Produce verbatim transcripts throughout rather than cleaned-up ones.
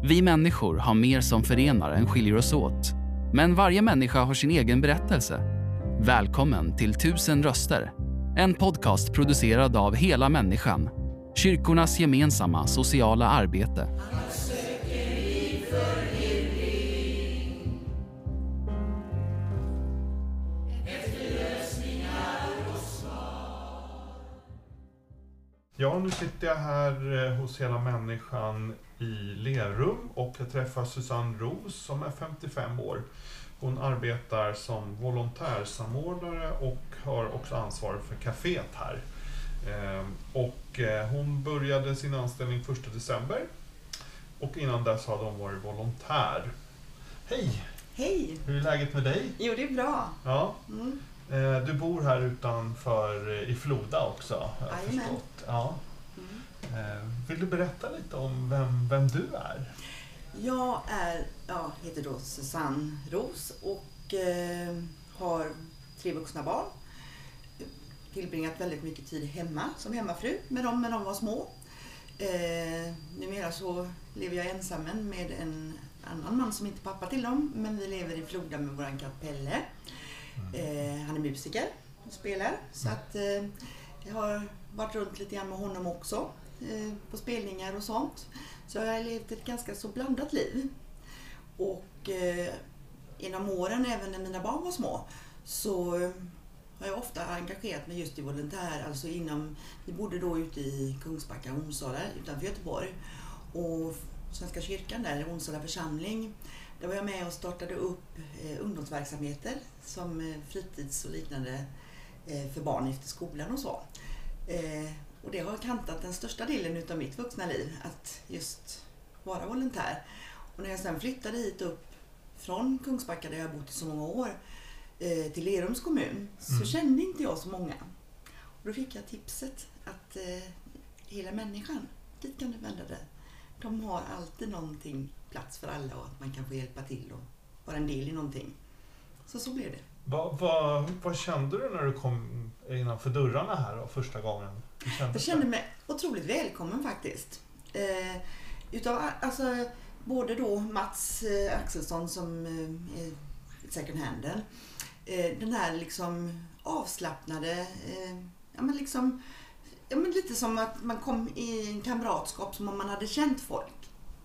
Vi människor har mer som förenar än skiljer oss åt. Men varje människa har sin egen berättelse. Välkommen till Tusen röster. En podcast producerad av Hela människan. Kyrkornas gemensamma sociala arbete. Ja, nu sitter jag här hos Hela människan i Lerum och jag träffar Susanne Roos som är femtiofem år. Hon arbetar som volontärsamordnare och har också ansvar för kaféet här. Och hon började sin anställning första december och innan dess hade hon varit volontär. Hej! Hej! Hur är läget med dig? Jo, det är bra. Ja. Mm. Du bor här utanför i Floda också, har jag Amen. förstått. Ja. Mm. Vill du berätta lite om vem, vem du är? Jag är, ja, heter då Susanne Roos och eh, har tre vuxna barn. Tillbringat väldigt mycket tid hemma som hemmafru med dem när de var små. Eh, numera så lever jag ensam med en annan man som inte är pappa till dem, men vi lever i Floda med våran katt Pelle. Eh, han är musiker och spelar, så att eh, jag har varit runt lite grann med honom också eh, på spelningar och sånt. Så jag har levt ett ganska så blandat liv. Och eh, inom åren, även när mina barn var små, så eh, har jag ofta engagerat mig just i volontär. Alltså inom, vi bodde då ute i Kungsbacka, Onsala, utanför Göteborg. Och Svenska kyrkan där, Onsala församling, där var jag med och startade upp eh, ungdomsverksamheter som eh, fritids och liknande eh, för barn efter skolan och så. Eh, och det har kantat den största delen utav mitt vuxna liv, att just vara volontär. Och när jag sen flyttade hit upp från Kungsbacka, där jag har bott i så många år, eh, till Lerums kommun, så Mm. kände inte jag så många. Och då fick jag tipset att eh, Hela människan, dit kan du vända dig. De har alltid någonting, plats för alla, och att man kan få hjälpa till och vara en del i någonting. Så så blev det. Vad, vad, vad kände du när du kom innanför dörrarna här då, första gången? Jag kände mig otroligt välkommen faktiskt. Eh, utav, alltså, både då Mats eh, Axelsson som eh, är second handen. Eh, den här liksom avslappnade, eh, ja men liksom, ja men lite som att man kom i en kamratskap som om man hade känt folk.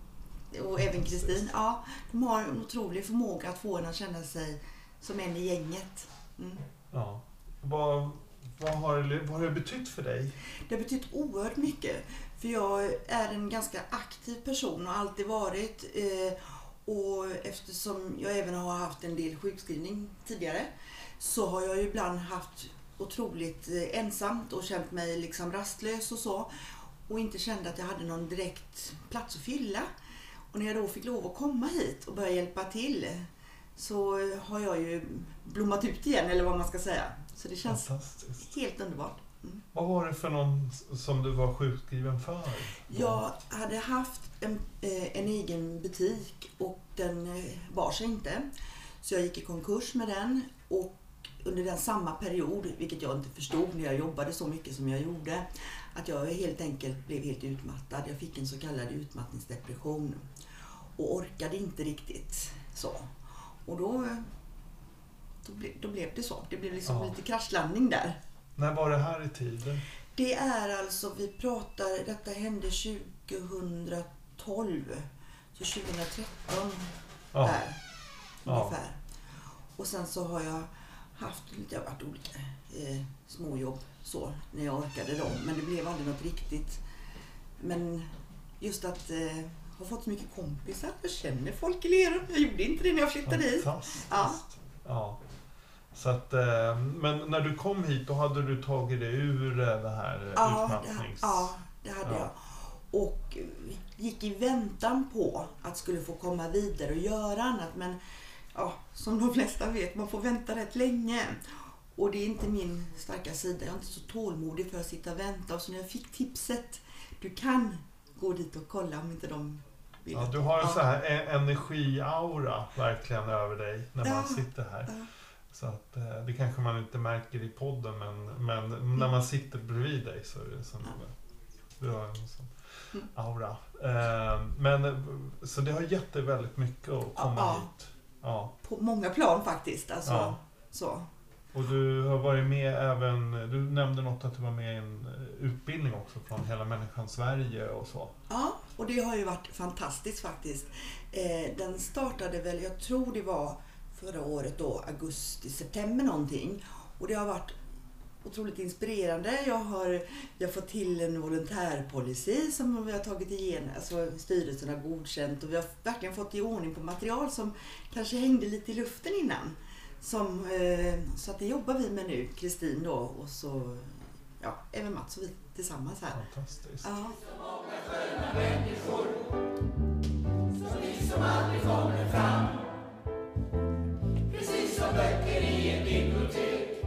Och även Kristin, ja, de har en otrolig förmåga att få en att känna sig som en i gänget. Mm. Ja. Vad, vad, har, vad har det betytt för dig? Det har betytt oerhört mycket. För jag är en ganska aktiv person och har alltid varit. Eh, och eftersom jag även har haft en del sjukskrivning tidigare, så har jag ju ibland haft otroligt eh, ensamt och känt mig liksom rastlös och så. Och inte kände att jag hade någon direkt plats att fylla. Och när jag då fick lov att komma hit och börja hjälpa till, så har jag ju blommat ut igen, eller vad man ska säga. Så det känns helt underbart. Mm. Vad var det för någon som du var sjukskriven för? Jag hade haft en, en egen butik och den bar sig inte. Så jag gick i konkurs med den, och under den samma period, vilket jag inte förstod när jag jobbade så mycket som jag gjorde, att jag helt enkelt blev helt utmattad. Jag fick en så kallad utmattningsdepression och orkade inte riktigt så. Och då, då, ble, då blev det så. Det blev liksom Ja. lite kraschlandning där. När var det här i tiden? Det är alltså, vi pratar, detta hände tjugohundratolv, så tjugohundratretton Ja. där Ja. ungefär. Och sen så har jag haft lite, varit olika eh, småjobb så när jag orkade dem, men det blev aldrig något riktigt. Men just att eh, ha fått så mycket kompisar, jag känner folk i Lerum. Jag gjorde inte det när jag flyttade hit. Fantastiskt. Ja. Ja. Så att, eh, men när du kom hit, då hade du tagit dig ur eh, det här Ja, utmattnings... det, ja, det hade Ja. jag. Och gick i väntan på att skulle få komma vidare och göra annat. Men ja, som de flesta vet, man får vänta rätt länge. Och det är inte min starka sida. Jag är inte så tålmodig för att sitta och vänta. Och så när jag fick tipset, du kan gå dit och kolla om inte de vill. Ja, du har en Ja. så här e- energiaura verkligen över dig när man Ja. sitter här. Ja. Så att, eh, det kanske man inte märker i podden, men, men när man sitter bredvid dig så är det som... Ja. Du har en sån aura. Eh, men så det har gett dig väldigt mycket att komma ja, hit. Ja. På många plan faktiskt. Alltså, Ja. så. Och du har varit med även, du nämnde något att du var med i en utbildning också från Hela Människan Sverige och så. Ja, och det har ju varit fantastiskt faktiskt. Eh, den startade väl, jag tror det var förra året då, augusti, september någonting. Och det har varit otroligt inspirerande. Jag har, jag har fått till en volontärpolicy som vi har tagit igenom, alltså styrelsen har godkänt, och vi har verkligen fått i ordning på material som kanske hängde lite i luften innan. Som, eh, så att det jobbar vi med nu, Kristin då, och så ja, även Mats och vi tillsammans här. Fantastiskt. Ja. Så många sköna människor som vi som aldrig kommer fram. Precis som böcker i ett bibliotek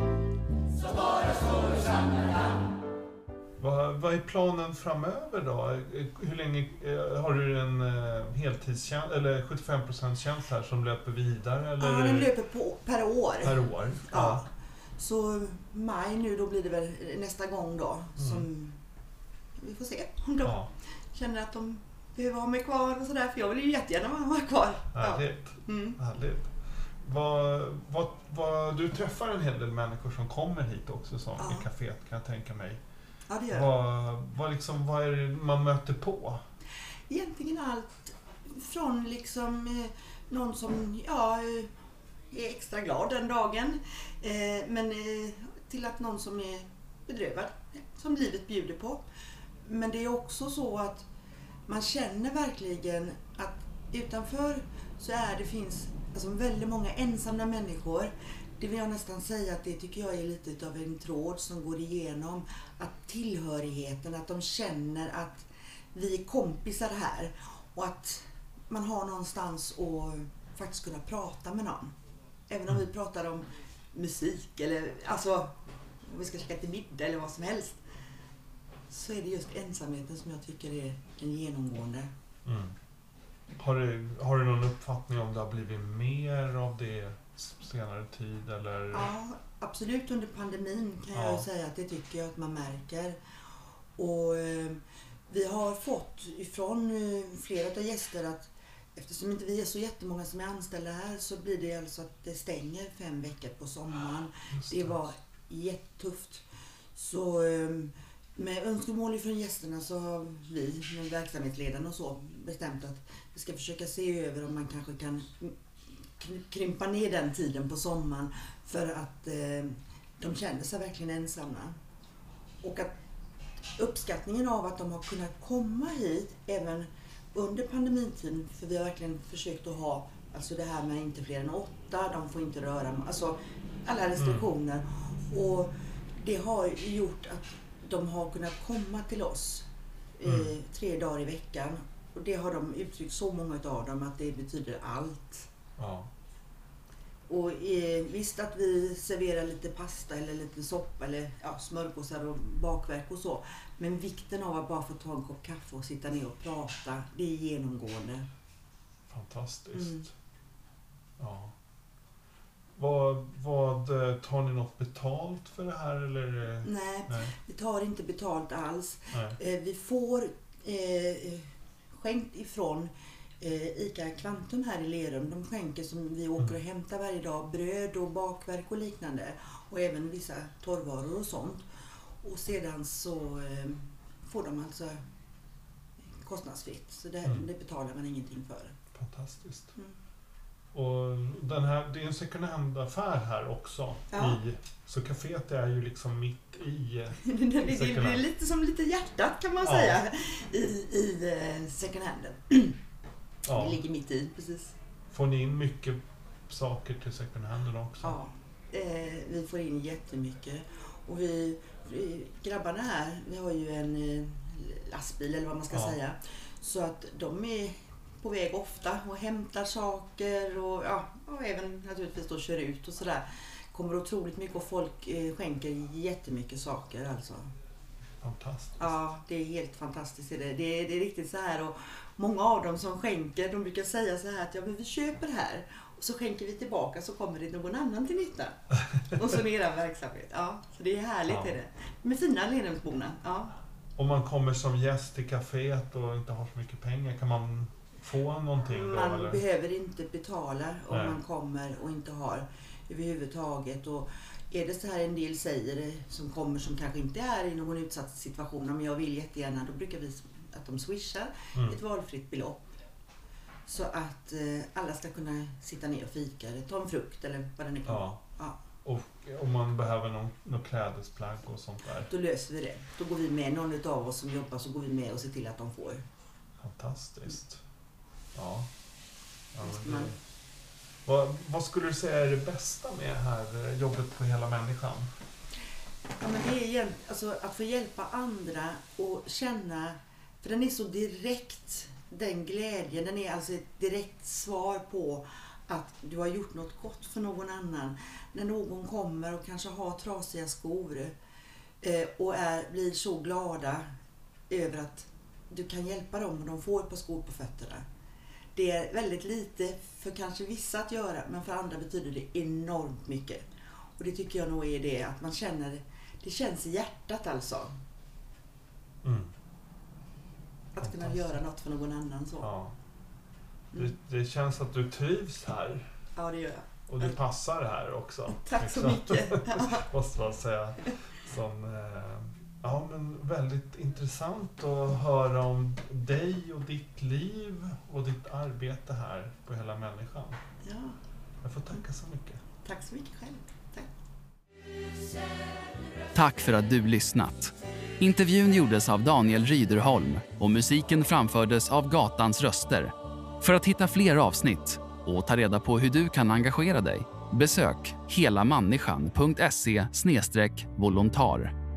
som bara står och samlar namn. Vad, vad är planen framöver då? Hur länge eh, har du en eh, heltidstjänst eller sjuttiofem procent tjänst här som löper vidare? Eller? Ja, den löper på, per år. Per år? Ja. Ja. Så maj nu, då blir det väl nästa gång då. Mm. Som vi får se om de Ja. känner att de behöver ha mig kvar och sådär. För jag vill ju jättegärna vara kvar. Härligt. Ja. Mm. Härligt. Vad, vad, vad, du träffar en hel del människor som kommer hit också som Ja. i kaféet, kan jag tänka mig. Ja, det gör jag. Vad, vad, liksom, vad är det man möter på? Egentligen allt från liksom eh, någon som ja, eh, är extra glad den dagen. Eh, men eh, till att någon som är bedrövad, som livet bjuder på. Men det är också så att man känner verkligen att utanför så är det finns alltså väldigt många ensamma människor. Det vill jag nästan säga att det tycker jag är lite av en tråd som går igenom att tillhörigheten, att de känner att vi är kompisar här och att man har någonstans att faktiskt kunna prata med någon. Även om vi pratar om musik eller alltså om vi ska käka till middag eller vad som helst, så är det just ensamheten som jag tycker är en genomgående. Mm. Har, du, har du någon uppfattning om det har blivit mer av det senare tid? Eller? Ja, absolut under pandemin kan Ja. jag säga att det tycker jag att man märker. Och eh, vi har fått ifrån eh, flera av gäster att eftersom inte vi är så jättemånga som är anställda här så blir det alltså att det stänger fem veckor på sommaren. Just Det var jättetufft. Så eh, med önskemål från gästerna så har vi med verksamhetsledarna och så bestämt att vi ska försöka se över om man kanske kan krympa ner den tiden på sommaren för att eh, de känner sig verkligen ensamma. Och att uppskattningen av att de har kunnat komma hit även under pandemitiden, för vi har verkligen försökt att ha alltså det här med inte fler än åtta, de får inte röra, alltså alla restriktioner. Mm. Och det har gjort att de har kunnat komma till oss eh, mm. tre dagar i veckan. Och det har de uttryckt så många av dem att det betyder allt. Ja. Och eh, visst att vi serverar lite pasta eller lite soppa eller ja, smörgåsar och bakverk och så. Men vikten av att bara få ta en kopp kaffe och sitta ner och prata, det är genomgående. Fantastiskt. Mm. Ja. Vad, vad, tar ni något betalt för det här? Eller? Nej, Nej. vi tar inte betalt alls. Nej. Eh, vi får eh, skänkt ifrån eh, ICA Kvantum här i Lerum. De skänker som vi åker och hämtar varje dag, bröd och bakverk och liknande. Och även vissa torrvaror och sånt. Och sedan så eh, får de alltså kostnadsfritt. Så det, Mm. det betalar man ingenting för. Fantastiskt. Mm. Och den här, det är en second hand-affär här också. Ja. I, så kaféet är ju liksom mitt i det, det, det, second det är hand. lite som lite hjärtat kan man Ja. säga i, i eh, second handen. Ja. Det ligger mitt i, precis. Får ni in mycket saker till second handen också? Ja, eh, vi får in jättemycket. Och vi, vi, grabbarna här, vi har ju en eh, lastbil eller vad man ska Ja. säga. Så att de är på väg ofta och hämtar saker och, ja, och även naturligtvis då kör ut och sådär. Kommer otroligt mycket och folk eh, skänker jättemycket saker alltså. Fantastiskt. Ja, det är helt fantastiskt. Det är, det är, det är riktigt så här. Och många av dem som skänker, de brukar säga så här att ja, men vi köper här och så skänker vi tillbaka så kommer det någon annan till nytta. Och så är det verksamhet. Ja, så det är härligt Ja. är det. Med fina Lerumsborna. Ja. om man kommer som gäst till kaféet och inte har så mycket pengar, kan man få någonting då? Man eller? behöver inte betala om Nej. man kommer och inte har överhuvudtaget. Och är det så här en del säger det som kommer som kanske inte är i någon utsatt situation, men jag vill jättegärna, då brukar vi att de swishar Mm. ett valfritt belopp. Så att eh, alla ska kunna sitta ner och fika, eller ta en frukt eller vad det nu kan vara. Ja. Ja. Och om man behöver någon, någon klädesplagg och sånt där. Då löser vi det. Då går vi med, någon av oss som jobbar, så går vi med och ser till att de får. Fantastiskt. Ja. Ja, Vad ska men man- det, vad, vad skulle du säga är det bästa med här eh, jobbet på hela människan? Ja, men det är igen, alltså, att få hjälpa andra och känna, för den är så direkt, den glädjen, den är alltså ett direkt svar på att du har gjort något gott för någon annan. När någon kommer och kanske har trasiga skor eh, och är, blir så glada över att du kan hjälpa dem och de får ett par skor på fötterna. Det är väldigt lite för kanske vissa att göra, men för andra betyder det enormt mycket. Och det tycker jag nog är det, att man känner, det känns i hjärtat alltså. Mm. Att kunna Fantastiskt. göra något för någon annan så. Ja. Mm. Det, det känns att du trivs här. Ja, det gör jag. Och du passar här också. Tack så liksom. mycket. Måste man säga. Som, eh, ja, men väldigt intressant att höra om dig och ditt liv och ditt arbete här på hela människan. Ja, Jag får tacka så mycket. tack så mycket själv. Tack. Tack för att du lyssnat. Intervjun gjordes av Daniel Ryderholm och musiken framfördes av Gatans röster. För att hitta fler avsnitt och ta reda på hur du kan engagera dig, besök helamänniskan punkt se slash volontar.